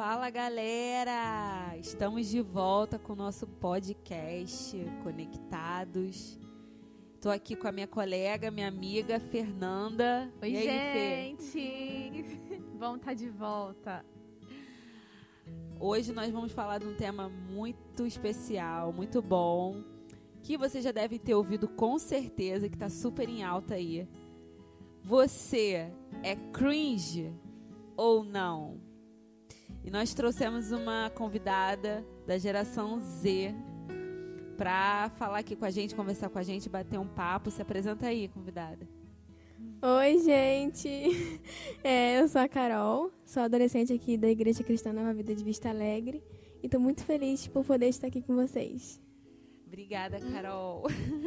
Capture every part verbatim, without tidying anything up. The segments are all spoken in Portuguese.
Fala, galera! Estamos de volta com o nosso podcast Conectados. Estou aqui com a minha colega, minha amiga Fernanda. Oi, e aí, gente! Fê? Bom estar de volta. Hoje nós vamos falar de um tema muito especial, muito bom, que vocês já devem ter ouvido com certeza, que está super em alta aí. Você é cringe ou não? E nós trouxemos uma convidada da geração Z para falar aqui com a gente, conversar com a gente, bater um papo. Se apresenta aí, convidada. Oi, gente. É, eu sou a Carol, sou adolescente aqui da Igreja Cristã Nova Vida de Vista Alegre e estou muito feliz por poder estar aqui com vocês. Obrigada, Carol.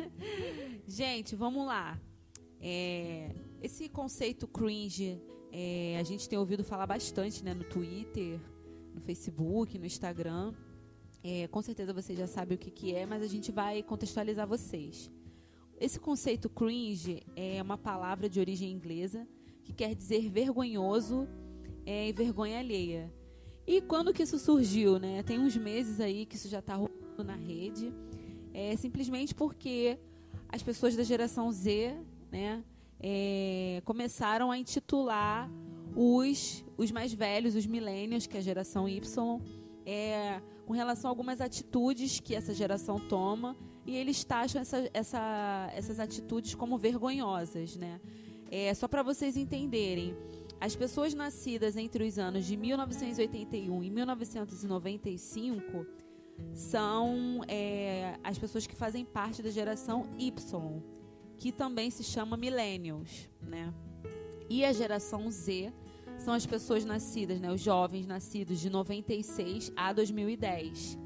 Gente, vamos lá. É, esse conceito cringe, é, a gente tem ouvido falar bastante, né, no Twitter, no Facebook, no Instagram. É, com certeza vocês já sabem o que, que é, mas a gente vai contextualizar vocês. Esse conceito cringe é uma palavra de origem inglesa que quer dizer vergonhoso é, e vergonha alheia. E quando que isso surgiu, né? Tem uns meses aí que isso já está rolando na rede. É simplesmente porque as pessoas da geração Z, né, é, começaram a intitular os, os mais velhos, os millennials, que é a geração Y, é, com relação a algumas atitudes que essa geração toma, e eles taxam essa, essa, essas atitudes como vergonhosas, né? É, só para vocês entenderem, as pessoas nascidas entre os anos de mil novecentos e oitenta e um e mil novecentos e noventa e cinco são é, as pessoas que fazem parte da geração Y, que também se chama millennials, né? E a geração Z são as pessoas nascidas, né, os jovens nascidos de noventa e seis a dois mil e dez.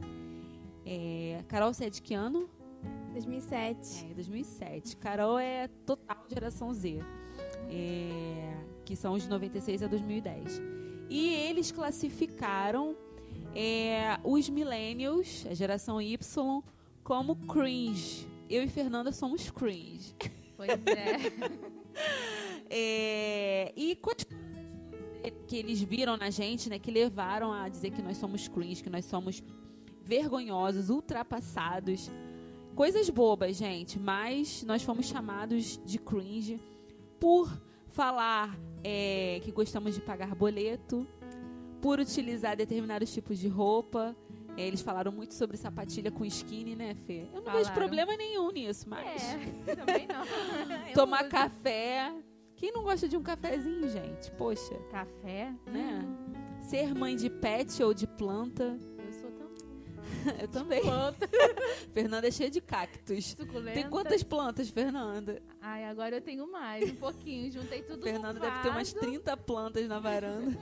É, Carol, você é de que ano? dois mil e sete. É, dois mil e sete. Carol é total geração Z, é, que são os de noventa e seis a dois mil e dez. E eles classificaram é, os millennials, a geração Y, como cringe. Eu e Fernanda somos cringe. Pois é. é e quantas que eles viram na gente, né, que levaram a dizer que nós somos cringe, que nós somos vergonhosos, ultrapassados. Coisas bobas, gente, mas nós fomos chamados de cringe por falar é, que gostamos de pagar boleto, por utilizar determinados tipos de roupa. É, eles falaram muito sobre sapatilha com skinny, né, Fê? Eu não Falaram. vejo problema nenhum nisso, mas... É, também não. Tomar café. Quem não gosta de um cafezinho, gente? Poxa. Café? Né? Ser mãe de pet ou de planta. Eu sou também. Eu também. Planta. Fernanda é cheia de cactos. Suculenta. Tem quantas plantas, Fernanda? Ai, agora eu tenho mais, um pouquinho. Juntei tudo Fernanda no deve vaso. ter umas trinta plantas na varanda.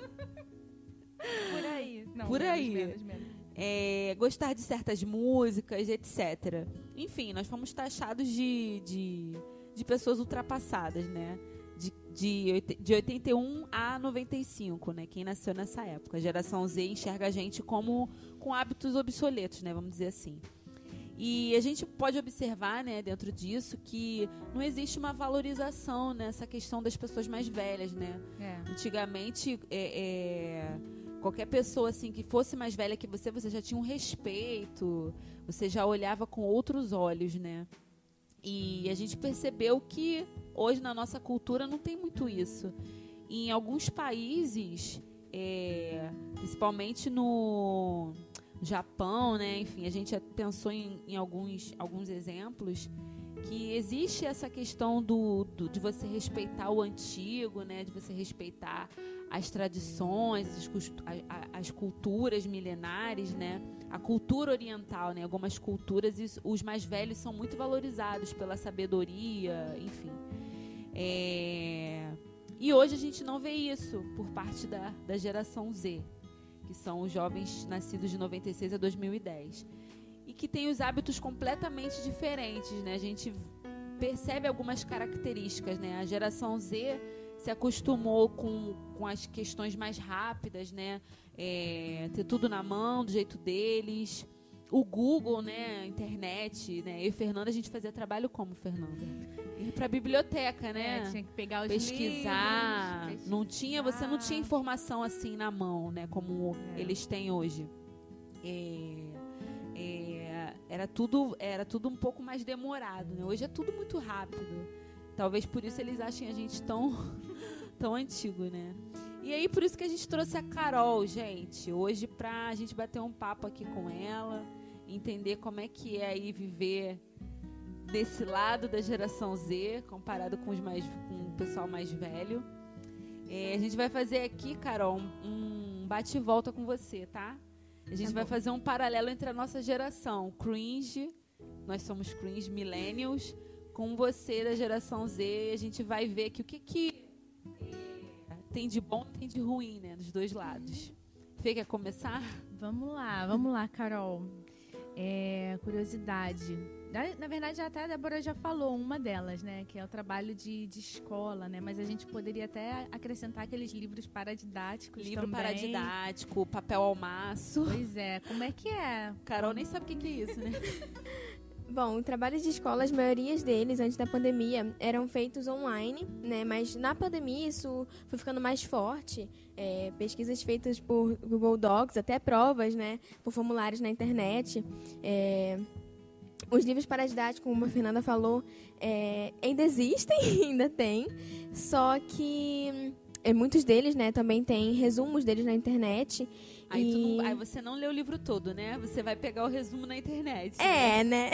Por aí. Não, Por menos, aí. Menos, menos. É, gostar de certas músicas, etcétera. Enfim, nós fomos taxados de, de, de pessoas ultrapassadas, né? De, de, de oitenta e um a noventa e cinco, né? Quem nasceu nessa época. A geração Z enxerga a gente como com hábitos obsoletos, né? Vamos dizer assim. E a gente pode observar, né, dentro disso, que não existe uma valorização nessa questão das pessoas mais velhas, né? É. Antigamente, é, é, qualquer pessoa assim que fosse mais velha que você, você já tinha um respeito, você já olhava com outros olhos, né? E a gente percebeu que hoje na nossa cultura não tem muito isso. Em alguns países, é, principalmente no Japão, né? Enfim, a gente já pensou em, em alguns, alguns exemplos que existe essa questão do, do, de você respeitar o antigo, né? De você respeitar as tradições, as, as culturas milenares, né? A cultura oriental, né? Algumas culturas, os mais velhos são muito valorizados pela sabedoria, enfim. É... E hoje a gente não vê isso por parte da, da geração Z, que são os jovens nascidos de noventa e seis a dois mil e dez. E que tem os hábitos completamente diferentes, né? A gente percebe algumas características, né? A geração Z se acostumou com, com as questões mais rápidas, né? É, ter tudo na mão, do jeito deles. o Google, né, a internet, né? Eu e Fernanda, a gente fazia trabalho como, Fernanda? Ir pra biblioteca, né? É, tinha que pegar os pesquisar. livros, Não tinha, você não tinha informação assim na mão, né? Como É. eles têm hoje. É, é, era tudo, era tudo um pouco mais demorado, né? Hoje é tudo muito rápido. Talvez por isso eles achem a gente tão, tão antigo, né? E aí, por isso que a gente trouxe a Carol, gente, hoje pra gente bater um papo aqui com ela, entender como é que é aí viver desse lado da geração Z, comparado com, os mais, com o pessoal mais velho. É, a gente vai fazer aqui, Carol, um, um bate e volta com você, tá? A gente Tá vai bom. fazer um paralelo entre a nossa geração, cringe, nós somos cringe millennials, com você da geração Z, e a gente vai ver aqui o que que tem de bom e tem de ruim, né? Dos dois lados. Fê, quer começar? Vamos lá, vamos lá, Carol. É, curiosidade. Na, na verdade, até a Débora já falou uma delas, né? Que é o trabalho de, de escola, né? Mas a gente poderia até acrescentar aqueles livros paradidáticos Livro também. paradidático, papel ao maço. Pois é, como é que é? Carol nem sabe o que que é isso, né? Bom, trabalhos de escola, as maiorias deles, antes da pandemia, eram feitos online, né? Mas na pandemia isso foi ficando mais forte. É, pesquisas feitas por Google Docs, até provas, né? Por formulários na internet. É, os livros paradidáticos, como a Fernanda falou, é, ainda existem, ainda tem. Só que é, muitos deles, né? Também tem resumos deles na internet. Aí, tu E- não- aí você não lê o livro todo, né? Você vai pegar o resumo na internet. É, né?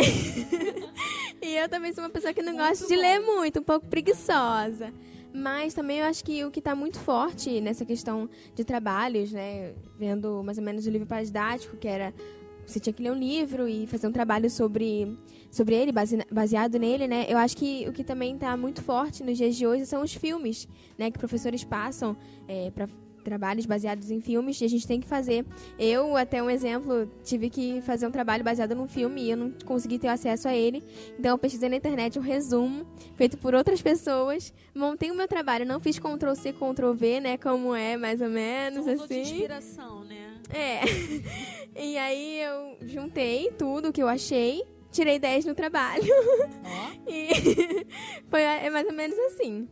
E eu também sou uma pessoa que não Muito gosta de bom. ler muito, um pouco preguiçosa. Mas também eu acho que o que está muito forte nessa questão de trabalhos, né? Vendo mais ou menos o livro paradidático, que era... Você tinha que ler um livro e fazer um trabalho sobre, sobre ele, base- baseado nele, né? Eu acho que o que também está muito forte nos dias de hoje são os filmes, né? Que professores passam para trabalhos baseados em filmes e a gente tem que fazer. Eu, até um exemplo, tive que fazer um trabalho baseado num filme e eu não consegui ter acesso a ele. Então eu pesquisei na internet um resumo feito por outras pessoas, montei o meu trabalho, não fiz control C, control V, né? Como é, mais ou menos, São de assim. inspiração, né? É. E aí eu juntei tudo que eu achei, tirei dez no trabalho. Ó. E foi é mais ou menos assim.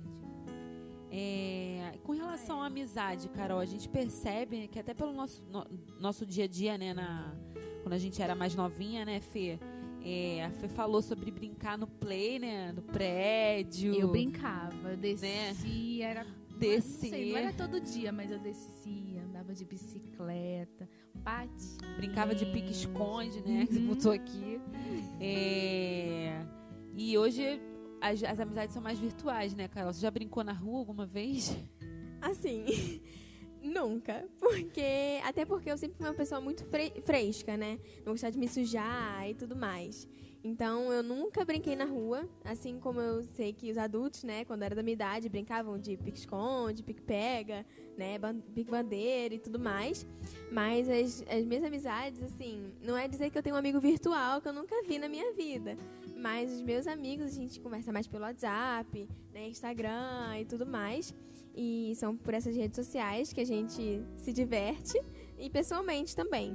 É, com relação à amizade, Carol, a gente percebe que até pelo nosso, no- nosso dia a dia, né, na, quando a gente era mais novinha, né, Fê? É, a Fê falou sobre brincar no play, né, no prédio. Eu brincava, eu descia, era... Descer. Não sei, não era todo dia, mas eu descia, andava de bicicleta, patinha. Brincava de pique-esconde, né, que você Uhum. botou aqui. É, e hoje as, as amizades são mais virtuais, né, Carol? Você já brincou na rua alguma vez? Assim, nunca. Porque, até porque eu sempre fui uma pessoa muito fre- fresca, né? Não gostava de me sujar e tudo mais. Então, eu nunca brinquei na rua. Assim como eu sei que os adultos, né? Quando era da minha idade, brincavam de pique-esconde, pique-pega, né? ban- Pique-bandeira e tudo mais. Mas as, as minhas amizades, assim, não é dizer que eu tenho um amigo virtual que eu nunca vi na minha vida. Mas os meus amigos, a gente conversa mais pelo WhatsApp, né? Instagram e tudo mais. E são por essas redes sociais que a gente se diverte e pessoalmente também.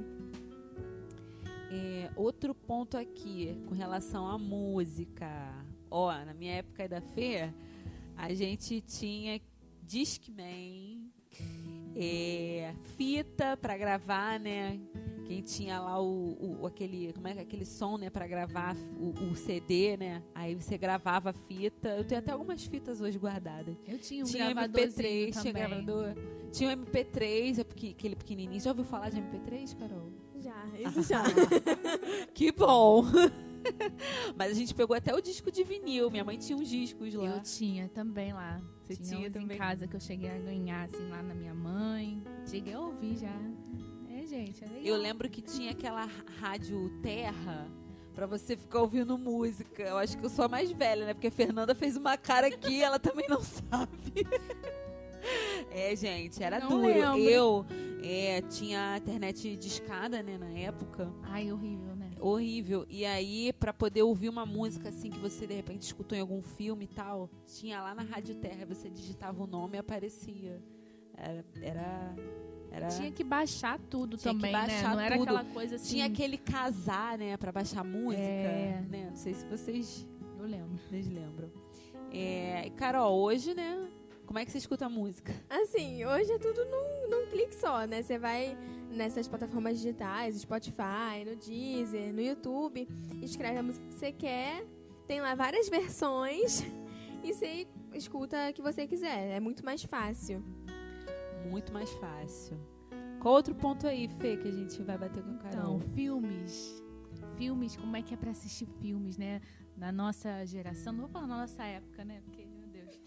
É, outro ponto aqui, com relação à música. Ó, na minha época da Fê, a gente tinha Discman, é, fita pra gravar, né? Quem tinha lá o, o aquele, como é que é aquele som, né, para gravar o, o C D, né? Aí você gravava a fita. Eu tenho até algumas fitas hoje guardadas. Eu tinha um Tinha M P gravadorzinho três, também. tinha gravador. Tinha o M P três, é porque- aquele pequenininho. Já ouviu falar de M P três, Carol? Já, isso já. Que bom! Mas a gente pegou até o disco de vinil. Minha mãe tinha uns discos lá. Eu tinha também lá. Você tinha tinha uns também? em casa que eu cheguei a ganhar, assim, lá na minha mãe. Cheguei a ouvir já. É, gente, é legal. Eu lembro que tinha aquela r- rádio Terra pra você ficar ouvindo música. Eu acho que eu sou a mais velha, né? Porque a Fernanda fez uma cara aqui, ela também não sabe. É, gente, era Não duro. lembro. Eu é, tinha a internet discada, né, na época. Ai, horrível, né? Horrível. E aí, pra poder ouvir uma música assim que você de repente escutou em algum filme e tal, tinha lá na Rádio Terra, você digitava o nome e aparecia Era... era, era... Tinha que baixar tudo Tinha também, que baixar né? Não era tudo. aquela coisa assim... Tinha aquele casar, né? Pra baixar música. É. Né? Não sei se vocês... Eu lembro. Vocês lembram. É, Carol, hoje, né? Como é que você escuta a música? Assim, hoje é tudo num, num clique só, né? Você vai nessas plataformas digitais, Spotify, no Deezer, no YouTube, escreve a música que você quer, tem lá várias versões e você escuta a que você quiser. É muito mais fácil. Muito mais fácil. Qual outro ponto aí, Fê, que a gente vai bater com a Carol? Então, filmes. Filmes, como é que é pra assistir filmes, né? Na nossa geração, não vou falar na nossa época, né? Porque, meu Deus,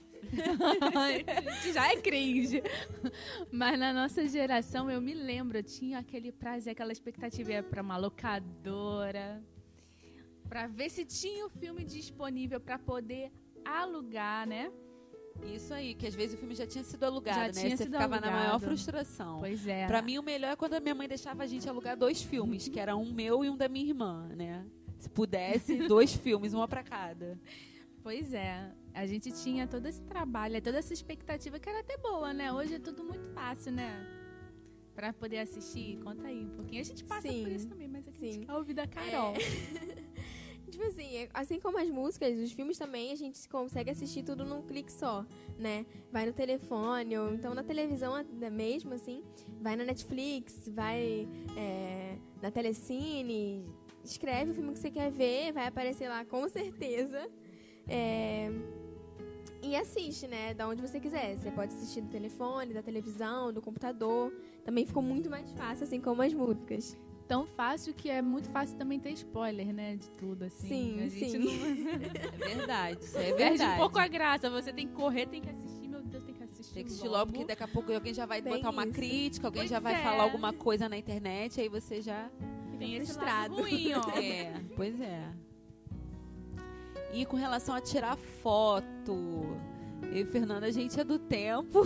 a gente já é cringe. Mas na nossa geração, eu me lembro, eu tinha aquele prazer, aquela expectativa, ia pra uma locadora, pra ver se tinha o filme disponível pra poder alugar, né? Isso aí, que às vezes o filme já tinha sido alugado, Já né? tinha Você sido ficava alugado. na maior frustração. Pois é. Pra mim, o melhor é quando a minha mãe deixava a gente alugar dois filmes, que era um meu e um da minha irmã, né? Se pudesse, dois filmes, uma pra cada. Pois é, a gente tinha todo esse trabalho, toda essa expectativa que era até boa, né? Hoje é tudo muito fácil, né? Pra poder assistir, conta aí um pouquinho. A gente passa Sim, por isso também, mas aqui a sim. gente quer ouvir da Carol. É. Tipo assim, assim como as músicas, os filmes também, a gente consegue assistir tudo num clique só, né? Vai no telefone, ou então na televisão mesmo, assim. Vai na Netflix, vai é, na Telecine, escreve o filme que você quer ver, vai aparecer lá com certeza. É, e assiste, né? Da onde você quiser. Você pode assistir do telefone, da televisão, do computador. Também ficou muito mais fácil, assim como as músicas. Tão fácil que é muito fácil também ter spoiler, né? De tudo, assim. Sim, a gente sim. Não... É verdade, isso é Perde verdade. um pouco a graça. Você tem que correr, tem que assistir. Meu Deus, tem que assistir. Tem que assistir logo, porque daqui a pouco alguém já vai Bem botar uma isso. crítica, alguém Pois já vai é. falar alguma coisa na internet, aí você já... Tem esse frustrado. lado ruim, ó. É, pois é. E com relação a tirar foto, eu e Fernanda, a gente é do tempo.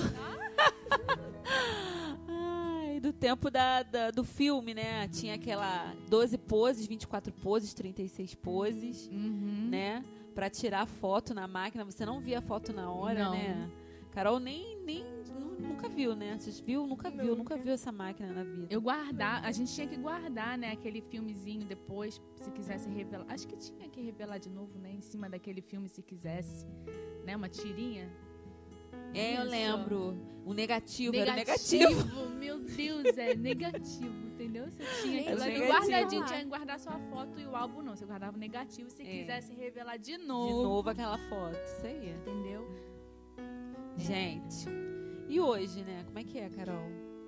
Ai, do tempo da, da- do filme, né? Tinha aquela doze poses, vinte e quatro poses, trinta e seis poses, Uhum. né? Pra tirar foto na máquina. Você não via foto na hora, Não. né? Carol nem, nem nu- nunca viu, né? Vocês viu? Nunca viu, nunca Nunca. viu essa máquina na vida. Eu guardar, a gente tinha que guardar, né, aquele filmezinho depois, se quisesse revelar. Acho que tinha que revelar de novo, né, em cima daquele filme, se quisesse, né, uma tirinha. É, eu Isso. lembro. O negativo, Negativo, era o negativo. meu Deus, é negativo, entendeu? Você tinha Gente, aquilo ali negativo. guardadinho, tinha que guardar sua foto e o álbum não. Você guardava o negativo, se É. quisesse revelar de De novo, novo aquela foto. Isso aí. entendeu? Gente. E hoje, né? Como é que é, Carol?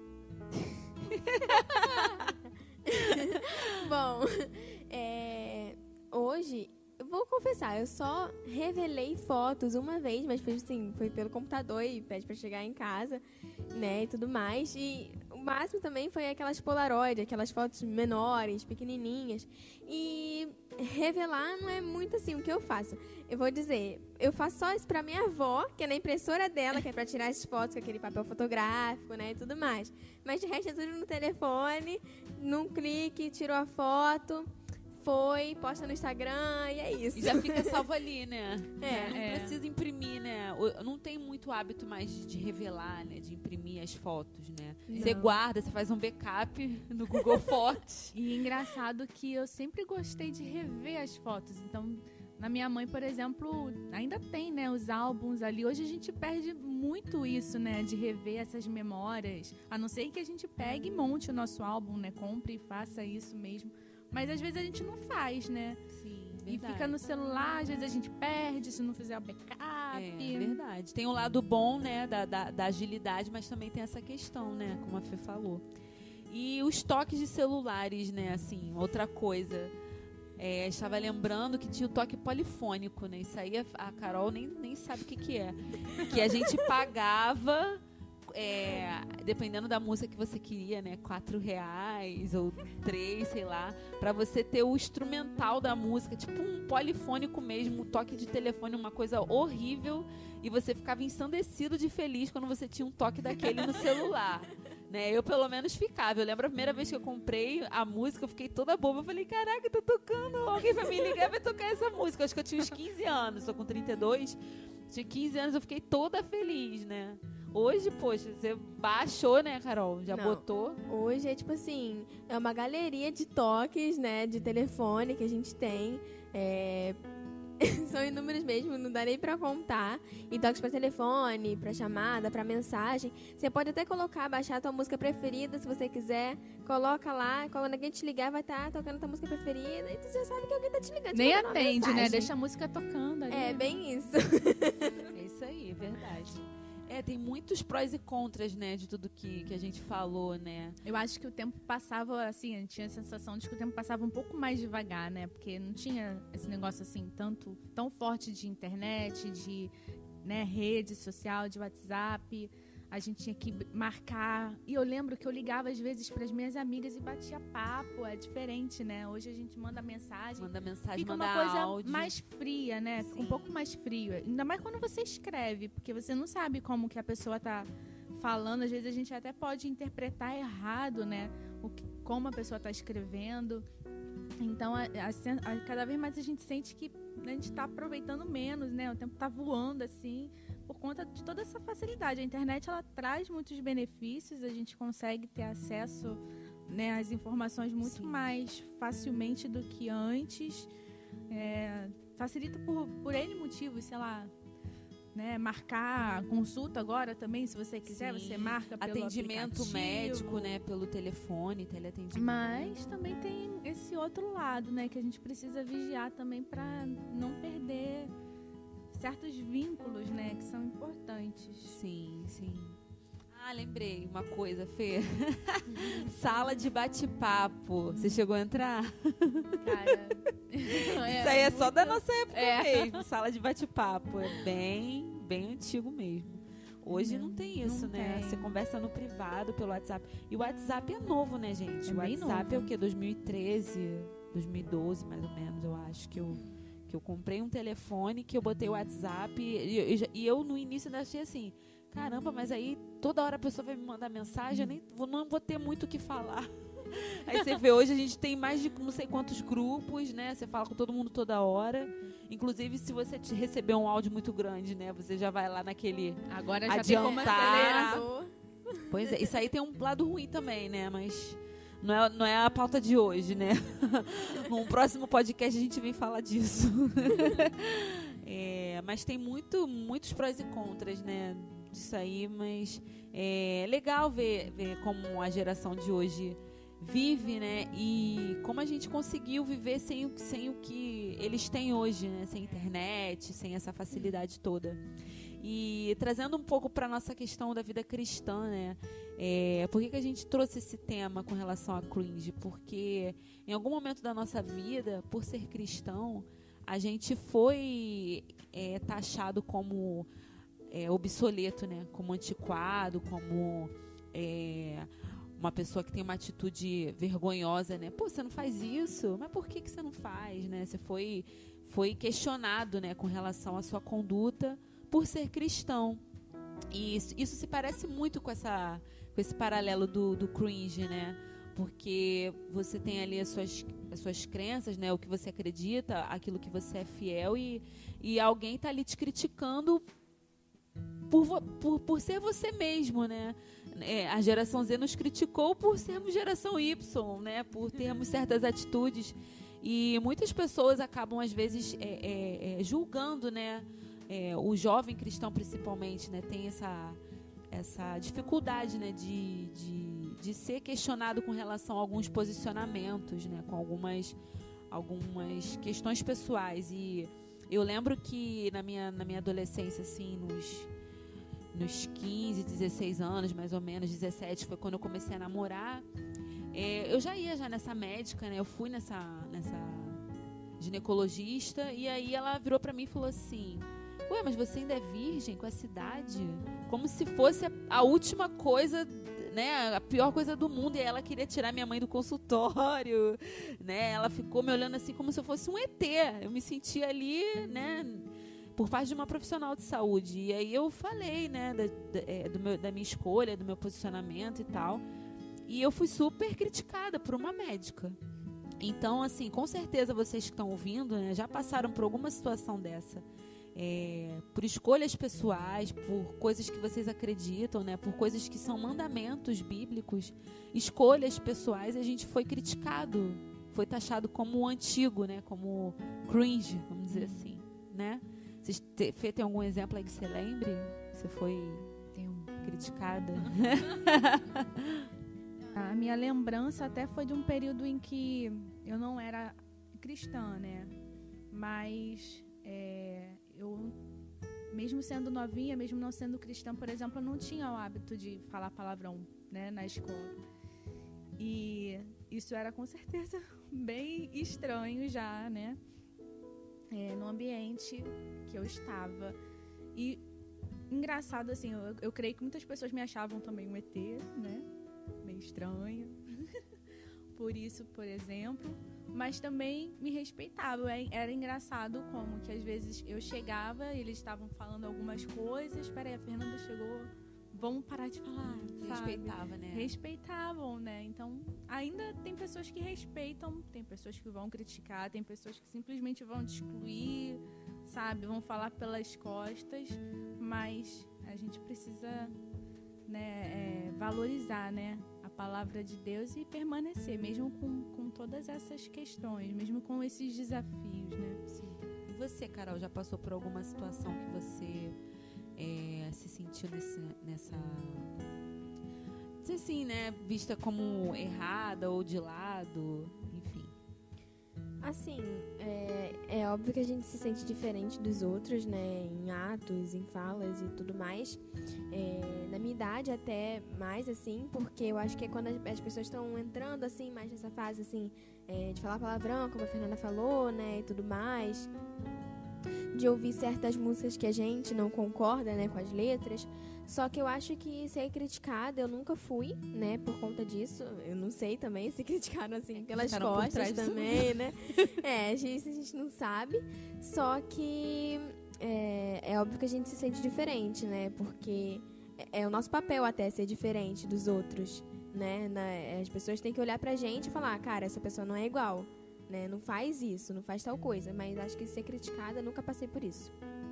Bom, é, hoje, eu vou confessar, eu só revelei fotos uma vez, mas foi assim, foi pelo computador e pede pra chegar em casa, né, e tudo mais. E o máximo também foi aquelas Polaroid, aquelas fotos menores, pequenininhas. E revelar não é muito assim o que eu faço. Eu vou dizer, eu faço só isso pra minha avó, que é na impressora dela, que é pra tirar as fotos com aquele papel fotográfico, né, e tudo mais. Mas de resto é tudo no telefone, num clique, tirou a foto, foi, posta no Instagram e é isso. E já fica salvo ali, né? É. Não É. precisa imprimir, né? O- Não tem muito hábito mais de, de revelar, né? De imprimir as fotos, né? Você Não. guarda, você faz um backup no Google Fotos. E engraçado que eu sempre gostei de rever as fotos. Então, na minha mãe, por exemplo, ainda tem, né, os álbuns ali. Hoje a gente perde muito isso, né, de rever essas memórias. A não ser que a gente pegue e monte o nosso álbum, né, compre e faça isso mesmo. Mas às vezes a gente não faz, né? Sim, E fica no celular, às vezes a gente perde se não fizer o backup. É, verdade. Tem o lado bom, né, da, da, da agilidade, mas também tem essa questão, né, como a Fê falou. E os toques de celulares, né, assim, outra coisa. É, estava lembrando que tinha o toque polifônico, né? Isso aí a, a Carol nem, nem sabe o que, que é. Que a gente pagava, é, dependendo da música que você queria, né? Quatro reais ou três, sei lá, pra você ter o instrumental da música, tipo um polifônico mesmo, um toque de telefone, uma coisa horrível. E você ficava ensandecido de feliz quando você tinha um toque daquele no celular. Né, eu pelo menos ficava. Eu lembro a primeira vez que eu comprei a música, eu fiquei toda boba. Eu falei, caraca, tô tocando. Alguém vai me ligar e vai tocar essa música. Acho que eu tinha uns quinze anos, tô com trinta e dois. Tinha quinze anos, eu fiquei toda feliz, né? Hoje, poxa, você baixou, né, Carol? Já Não. botou? Hoje é tipo assim, é uma galeria de toques, né, de telefone que a gente tem. É... São inúmeros mesmo, não dá nem pra contar. E toques pra telefone, pra chamada, pra mensagem. Você pode até colocar, baixar a tua música preferida, se você quiser. Coloca lá, quando alguém te ligar, vai estar tá tocando a tua música preferida. E tu já sabe que alguém tá te ligando. Nem te atende, né? Deixa a música tocando ali. É, bem isso. É isso aí, verdade. É, tem muitos prós e contras, né, de tudo que, que a gente falou, né? Eu acho que o tempo passava, assim, a gente tinha a sensação de que o tempo passava um pouco mais devagar, né? Porque não tinha esse negócio, assim, tanto, tão forte de internet, de, né, rede social, de WhatsApp. A gente tinha que marcar. E eu lembro que eu ligava, às vezes, para as minhas amigas e batia papo. É diferente, né? Hoje a gente manda mensagem. Manda mensagem, Fica manda uma coisa áudio. mais fria, né? Fica um Sim. pouco mais frio. Ainda mais quando você escreve, porque você não sabe como que a pessoa tá falando. Às vezes a gente até pode interpretar errado, né? O que, como a pessoa tá escrevendo. Então, a, a, a, cada vez mais a gente sente que a gente tá aproveitando menos, né? O tempo tá voando, assim, por conta de toda essa facilidade. A internet, ela traz muitos benefícios. A gente consegue ter acesso, né, às informações muito Sim. mais facilmente do que antes. É, facilita por, por N motivos, sei lá, né, marcar consulta agora também, se você quiser, Sim. você marca pelo Atendimento aplicativo. médico, né, pelo telefone, teleatendimento. Mas também tem esse outro lado, né, que a gente precisa vigiar também para não perder certos vínculos, né, que são importantes. Sim, sim. Ah, lembrei uma coisa, Fê. Sala de bate-papo. Você chegou a entrar? Cara, Isso aí é só da nossa época É. mesmo. Sala de bate-papo. É bem, bem antigo mesmo. Hoje não, Não, tem isso, não né? tem. Você conversa no privado pelo WhatsApp. E o WhatsApp é novo, né, gente? É o bem WhatsApp é o novo. quê? dois mil e treze, dois mil e doze, mais ou menos, eu acho que eu... que eu comprei um telefone, que eu botei o WhatsApp, e, e, e eu no início ainda achei assim, caramba, mas aí toda hora a pessoa vai me mandar mensagem, eu nem vou, não vou ter muito o que falar. Aí você vê, hoje a gente tem mais de não sei quantos grupos, né? Você fala com todo mundo toda hora. Inclusive, se você te receber um áudio muito grande, né? Você já vai lá naquele... agora já Adiantar. tem como acelerar. Acelerador. Pois é, isso aí tem um lado ruim também, né? Mas... Não é, não é a pauta de hoje, né? Num próximo podcast a gente vem falar disso. É, mas tem muito, muitos prós e contras, né? Disso aí, mas é legal ver, ver como a geração de hoje vive, né? E como a gente conseguiu viver sem, o- sem o que eles têm hoje, né? Sem internet, sem essa facilidade toda. E trazendo um pouco para nossa questão da vida cristã, né? É, por que, que a gente trouxe esse tema com relação a cringe? Porque em algum momento da nossa vida, por ser cristão, a gente foi é, taxado como é, obsoleto, né? Como antiquado, como é, uma pessoa que tem uma atitude vergonhosa, né? Pô, você não faz isso? Mas por que, que você não faz, né? Você foi, foi questionado, né? Com relação à sua conduta por ser cristão. E isso, isso se parece muito com, essa, com esse paralelo do, do cringe, né? Porque você tem ali as suas, as suas crenças, né? O que você acredita, aquilo que você é fiel, e, e alguém tá ali te criticando por, vo- por, por ser você mesmo, né? É, a geração Z nos criticou por sermos geração Y, né? Por termos certas atitudes. E muitas pessoas acabam, às vezes, é, é, é, julgando, né? É, o jovem cristão, principalmente, né? Tem essa, essa dificuldade, né? De, de, de ser questionado com relação a alguns posicionamentos, né? Com algumas, algumas questões pessoais. E eu lembro que na minha, na minha adolescência, assim, nos... nos quinze, dezesseis anos, mais ou menos, dezessete, foi quando eu comecei a namorar. É, eu já ia já nessa médica, né? Eu fui nessa, nessa ginecologista, e aí ela virou pra mim e falou assim: ué, mas você ainda é virgem com essa idade? Como se fosse a, a última coisa, né? A pior coisa do mundo. E aí ela queria tirar minha mãe do consultório, né? Ela ficou me olhando assim como se eu fosse um E T. Eu me sentia ali, né? Por parte de uma profissional de saúde. E aí eu falei, né, da, da, é, do meu, da minha escolha, do meu posicionamento e tal. E eu fui super criticada por uma médica. Então, assim, com certeza vocês que estão ouvindo, né, já passaram por alguma situação dessa. é, por escolhas pessoais, por coisas que vocês acreditam, né? Por coisas que são mandamentos bíblicos, escolhas pessoais, a gente foi criticado, foi taxado como antigo, né? Como cringe, vamos dizer assim, né? Vocês te, Fê, tem algum exemplo aí que você lembre? Você foi Tem um... criticada? A minha lembrança até foi de um período em que eu não era cristã, né? Mas é, eu, mesmo sendo novinha, mesmo não sendo cristã, por exemplo, eu não tinha o hábito de falar palavrão, né, na escola. E isso era com certeza bem estranho já, né? É, no ambiente que eu estava. E engraçado, assim, eu, eu creio que muitas pessoas me achavam também um E T, né? Meio estranha. Por isso, por exemplo. Mas também me respeitavam. Era engraçado como que às vezes eu chegava e eles estavam falando algumas coisas. Peraí, a Fernanda chegou, vamos parar de falar, sabe? Respeitava, né? Respeitavam, né? Então, ainda tem pessoas que respeitam, tem pessoas que vão criticar, tem pessoas que simplesmente vão te excluir, sabe? Vão falar pelas costas, mas a gente precisa, né, é, valorizar, né, a palavra de Deus e permanecer, mesmo com, com todas essas questões, mesmo com esses desafios, né? Sim. E você, Carol, já passou por alguma situação que você é, se sentiu nesse, nessa... assim, né, vista como errada ou de lado, enfim? Assim, é, é óbvio que a gente se sente diferente dos outros, né, em atos, em falas e tudo mais. É, na minha idade até mais, assim, porque eu acho que é quando as, as pessoas estão entrando, assim, mais nessa fase, assim, é, de falar palavrão, como a Fernanda falou, né, e tudo mais, de ouvir certas músicas que a gente não concorda, né, com as letras. Só que eu acho que ser criticada, eu nunca fui, né, por conta disso. Eu não sei também se criticaram, assim, pelas costas também, né. É, a gente, a gente não sabe. Só que é, é óbvio que a gente se sente diferente, né, porque é, é o nosso papel até ser diferente dos outros, né. Na, as pessoas têm que olhar pra gente e falar, cara, essa pessoa não é igual, né, não faz isso, não faz tal coisa. Mas acho que ser criticada, nunca passei por isso.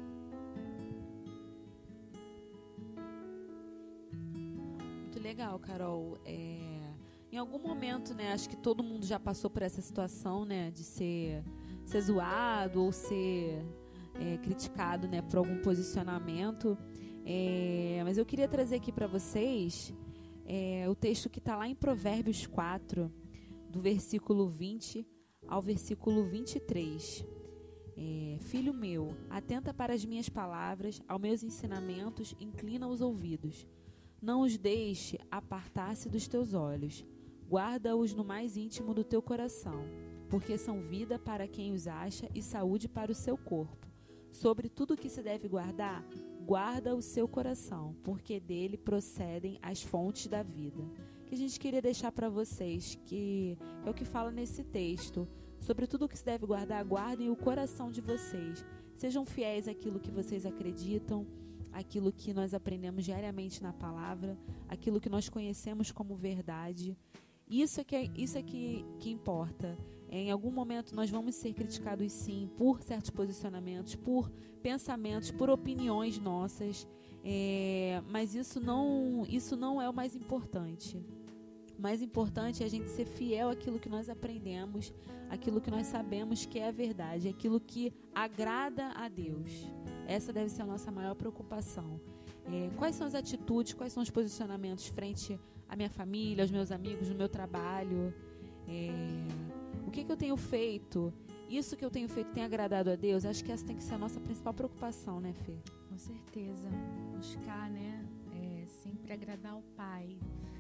Legal, Carol. É, em algum momento, né, acho que todo mundo já passou por essa situação, né, de ser, ser zoado ou ser é, criticado, né, por algum posicionamento. É, mas eu queria trazer aqui para vocês é, o texto que está lá em Provérbios quatro, do versículo vinte ao versículo vinte e três. É, Filho meu, atenta para as minhas palavras, aos meus ensinamentos, inclina os ouvidos. Não os deixe apartar-se dos teus olhos. Guarda-os no mais íntimo do teu coração, porque são vida para quem os acha e saúde para o seu corpo. Sobre tudo que se deve guardar, guarda o seu coração, porque dele procedem as fontes da vida. Que a gente queria deixar para vocês, que é o que fala nesse texto. Sobre tudo que se deve guardar, guardem o coração de vocês. Sejam fiéis àquilo que vocês acreditam, aquilo que nós aprendemos diariamente na palavra, aquilo que nós conhecemos como verdade. Isso é que, é, isso é que, que importa. É, em algum momento nós vamos ser criticados, sim, por certos posicionamentos, por pensamentos, por opiniões nossas, é, mas isso não, isso não é o mais importante. O mais importante é a gente ser fiel àquilo que nós aprendemos, àquilo que nós sabemos que é a verdade, aquilo que agrada a Deus. Essa deve ser a nossa maior preocupação. É, quais são as atitudes, quais são os posicionamentos frente à minha família, aos meus amigos, no meu trabalho? É, o que, que eu tenho feito? Isso que eu tenho feito tem agradado a Deus? Acho que essa tem que ser a nossa principal preocupação, né, Fê? Com certeza. Buscar, né, é, sempre agradar o Pai.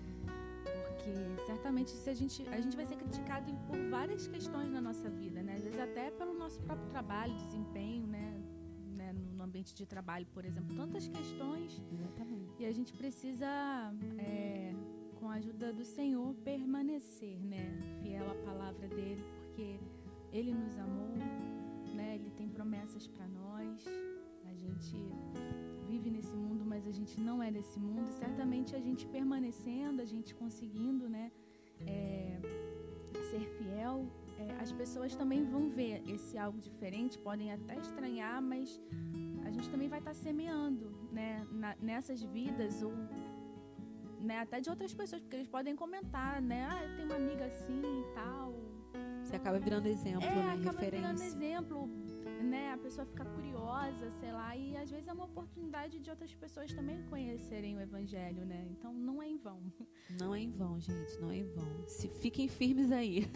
Porque certamente se a, gente, a gente vai ser criticado por várias questões na nossa vida, né? Às vezes até pelo nosso próprio trabalho, desempenho, né? né? No ambiente de trabalho, por exemplo. Tantas questões. Exatamente. E a gente precisa, é, com a ajuda do Senhor, permanecer, né? Fiel à palavra dele, porque ele nos amou, né? Ele tem promessas para nós. A gente vive nesse mundo, mas a gente não é desse mundo. E certamente a gente permanecendo, a gente conseguindo, né, é, ser fiel, é, as pessoas também vão ver esse algo diferente, podem até estranhar, mas gente também vai estar semeando, né, na, nessas vidas, ou, né, até de outras pessoas, porque eles podem comentar, né, ah, eu tenho uma amiga assim e tal. Você acaba virando exemplo, é, né? acaba Referência. virando exemplo, né? A pessoa fica curiosa, sei lá, e às vezes é uma oportunidade de outras pessoas também conhecerem o Evangelho, né? Então não é em vão. Não é em vão, gente, não é em vão. Se fiquem firmes aí.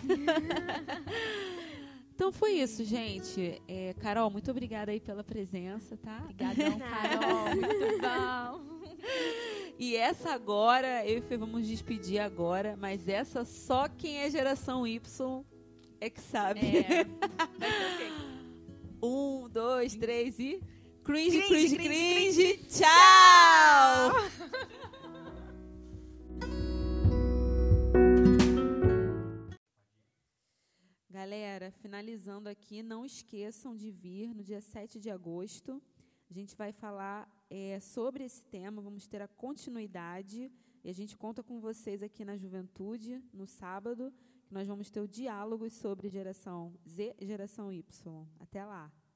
Então foi isso, gente. É, Carol, muito obrigada aí pela presença, tá? Obrigadão, Carol. Muito bom. E essa agora, eu e Fê vamos despedir agora, mas essa só quem é geração Y é que sabe. É. Um, dois, três e... Cringe, Cringe, cringe, cringe, cringe. Tchau! Galera, finalizando aqui, não esqueçam de vir no dia sete de agosto. A gente vai falar é, sobre esse tema, vamos ter a continuidade. E a gente conta com vocês aqui na Juventude, no sábado, que nós vamos ter o diálogo sobre geração Z e geração Y. Até lá!